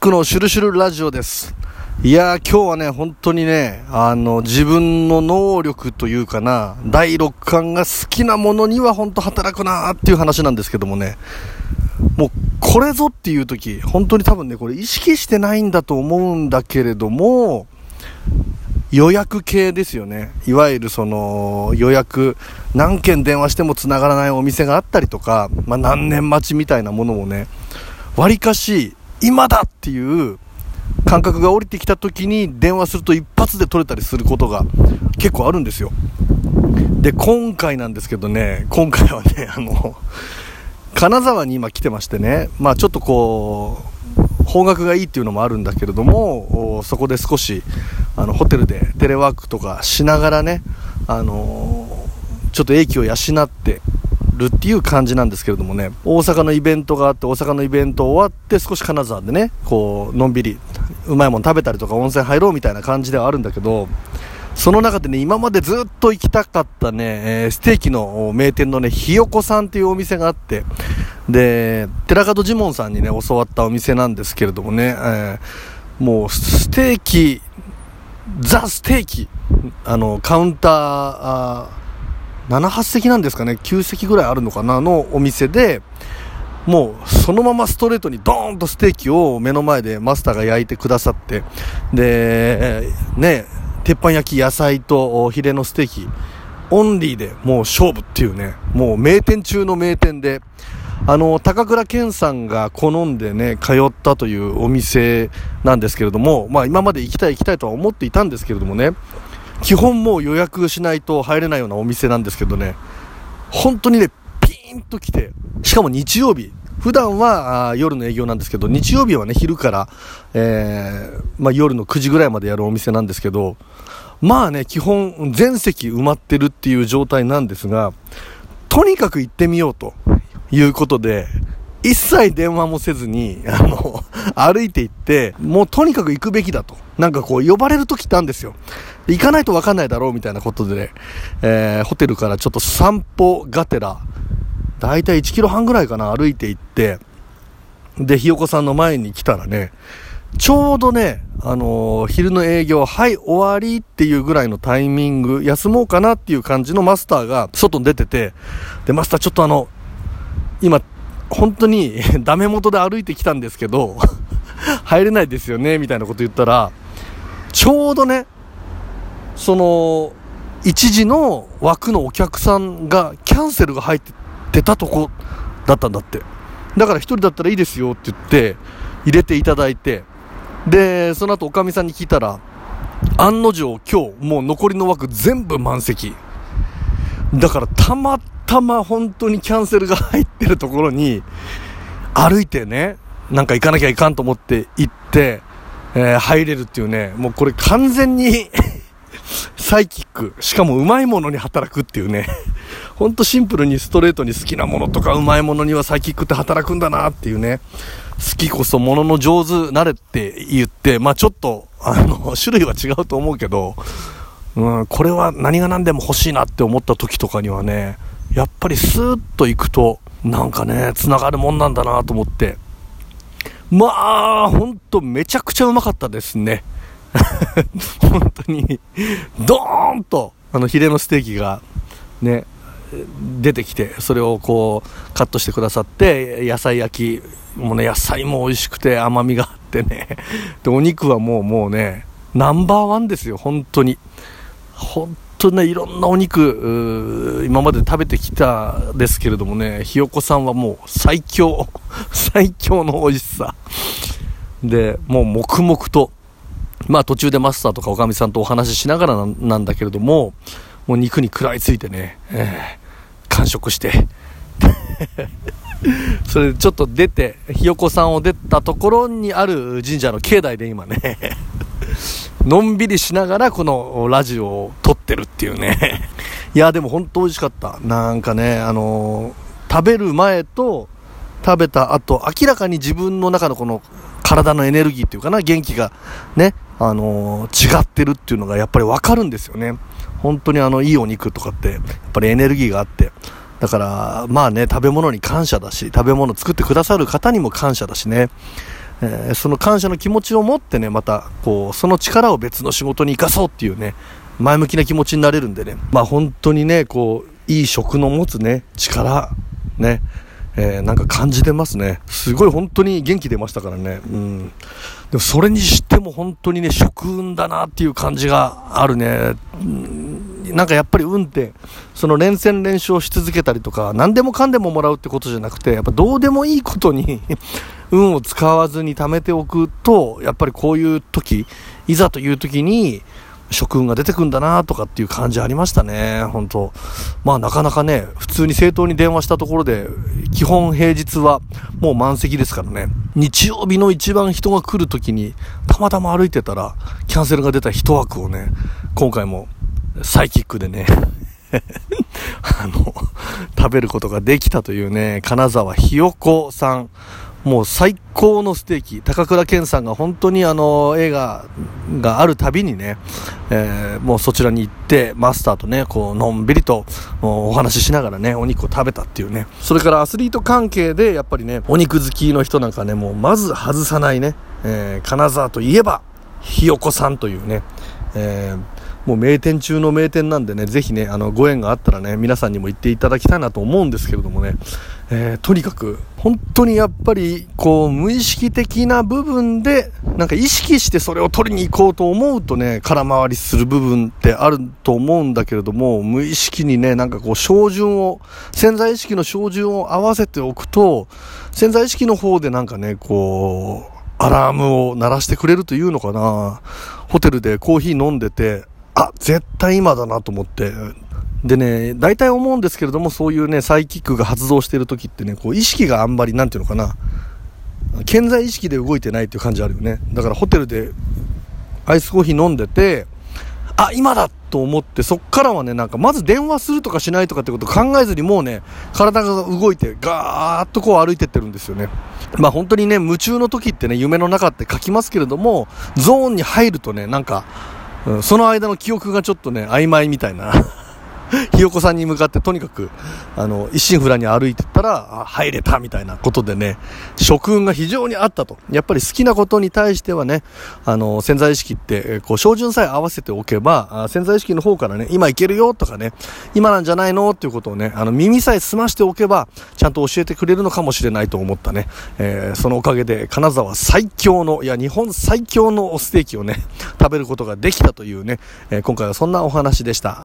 クのシュルシュルラジオです。いやー、今日はね本当にね自分の能力というかな、第六感が好きなものには本当働くなーっていう話なんですけどもね、もうこれぞっていう時、本当に多分ねこれ意識してないんだと思うんだけれども、予約系ですよね。いわゆるその予約、何件電話しても繋がらないお店があったりとか、何年待ちみたいなものをね、わりかし今だっていう感覚が降りてきた時に電話すると一発で取れたりすることが結構あるんですよ。で、今回なんですけどね、今回はね金沢に今来てましてね、ちょっとこう方角がいいっていうのもあるんだけれども、そこで少しホテルでテレワークとかしながらね、ちょっと英気を養ってるっていう感じなんですけれどもね、大阪のイベントがあって、大阪のイベント終わって少し金沢でねこうのんびりうまいもの食べたりとか温泉入ろうみたいな感じではあるんだけど、その中でね今までずっと行きたかったね、ステーキの名店のねひよこさんっていうお店があって、で寺門ジモンさんにね教わったお店なんですけれどもね、もうステーキザ・ステーキカウンター7、8席なんですかね、9席ぐらいあるのかなのお店で、もうそのままストレートにドーンとステーキを目の前でマスターが焼いてくださって、でね、鉄板焼き、野菜とヒレのステーキオンリーでもう勝負っていうね、もう名店中の名店で、高倉健さんが好んでね通ったというお店なんですけれども、今まで行きたいとは思っていたんですけれどもね、基本もう予約しないと入れないようなお店なんですけどね、本当にねピーンと来て、しかも日曜日、普段は夜の営業なんですけど、日曜日はね昼から、夜の9時ぐらいまでやるお店なんですけど、基本全席埋まってるっていう状態なんですが、とにかく行ってみようということで、一切電話もせずに歩いて行って、もうとにかく行くべきだと、なんかこう呼ばれる時ってあるんですよ。行かないと分かんないだろうみたいなことで、ホテルからちょっと散歩がてらだいたい1キロ半ぐらいかな歩いて行って、でひよこさんの前に来たらね、ちょうどね昼の営業終わりっていうぐらいのタイミング、休もうかなっていう感じのマスターが外に出てて、でマスターちょっと今本当にダメ元で歩いてきたんですけど入れないですよねみたいなこと言ったら、ちょうどねその一時の枠のお客さんがキャンセルが入ってたとこだったんだって。だから一人だったらいいですよって言って入れていただいて、でその後おかみさんに聞いたら、案の定今日もう残りの枠全部満席だから、たまたま本当にキャンセルが入ってるところに歩いてね、なんか行かなきゃいかんと思って行って、入れるっていうね、もうこれ完全にサイキック、しかもうまいものに働くっていうね、ほんとシンプルにストレートに好きなものとかうまいものにはサイキックって働くんだなっていうね、好きこそものの上手なれって言って、ちょっと種類は違うと思うけど、これは何が何でも欲しいなって思った時とかにはね、やっぱりスーッと行くとなんかね繋がるもんなんだなと思って、ほんとめちゃくちゃうまかったですね本当にドーンとヒレのステーキがね出てきて、それをこうカットしてくださって、野菜焼きもね、野菜も美味しくて甘みがあってね、でお肉はもうねナンバーワンですよ。本当にね、いろんなお肉今まで食べてきたですけれどもね、ひよこさんはもう最強の美味しさで、もう黙々と途中でマスターとかおかみさんとお話ししながらなんだけれども、もう肉に食らいついてね、完食してそれでちょっと出て、ひよこさんを出たところにある神社の境内で今ねのんびりしながらこのラジオを撮ってるっていうねいやでも本当美味しかった。なんかね食べる前と食べた後、明らかに自分の中のこの体のエネルギーっていうかな、元気がね違ってるっていうのがやっぱり分かるんですよね。本当にいいお肉とかってやっぱりエネルギーがあって、だから食べ物に感謝だし、食べ物作ってくださる方にも感謝だしね、 その感謝の気持ちを持ってね、またこうその力を別の仕事に生かそうっていうね、前向きな気持ちになれるんでね、本当にね、こういい食の持つね力ね、なんか感じてますね。すごい本当に元気出ましたからね。でもそれにしても本当にね、食運だなっていう感じがあるね。なんかやっぱり運ってその連戦連勝し続けたりとか、何でもかんでももらうってことじゃなくて、やっぱどうでもいいことに運を使わずに貯めておくと、やっぱりこういう時、いざという時に食運が出てくんだなとかっていう感じありましたね。本当なかなかね、普通に正当に電話したところで基本平日はもう満席ですからね。日曜日の一番人が来る時にたまたま歩いてたらキャンセルが出た一枠をね、今回もサイキックでね食べることができたというね、金沢ひよこさん、もう最高のステーキ、高倉健さんが本当に映画があるたびにね、もうそちらに行ってマスターとね、こうのんびりとお話ししながらね、お肉を食べたっていうね。それからアスリート関係でやっぱりね、お肉好きの人なんかね、もうまず外さないね、金沢といえばひよこさんというね、もう名店中の名店なんでね、ぜひね、ご縁があったらね、皆さんにも行っていただきたいなと思うんですけれどもね、とにかく本当にやっぱりこう無意識的な部分でなんか意識してそれを取りに行こうと思うとね、空回りする部分ってあると思うんだけれども、無意識にね、なんかこう照準を、潜在意識の照準を合わせておくと、潜在意識の方でなんかね、こうアラームを鳴らしてくれるというのかな。ホテルでコーヒー飲んでて、絶対今だなと思って、でね、大体思うんですけれども、そういうねサイキックが発動している時ってね、こう意識があんまりなんていうのかな、潜在意識で動いてないっていう感じあるよね。だからホテルでアイスコーヒー飲んでて、今だと思って、そっからはね、なんかまず電話するとかしないとかってことを考えずに、もうね体が動いてガーッとこう歩いてってるんですよね。本当にね、夢中の時ってね、夢の中って書きますけれども、ゾーンに入るとね、なんかその間の記憶がちょっとね曖昧みたいなひよこさんに向かってとにかく一心不乱に歩いてったら入れたみたいなことでね、食運が非常にあったと。やっぱり好きなことに対してはね、潜在意識ってこう照準さえ合わせておけば、潜在意識の方からね、今いけるよとかね、今なんじゃないのっていうことをね、耳さえ澄ましておけばちゃんと教えてくれるのかもしれないと思ったね。そのおかげで金沢最強の、日本最強のステーキをね食べることができたというね、今回はそんなお話でした。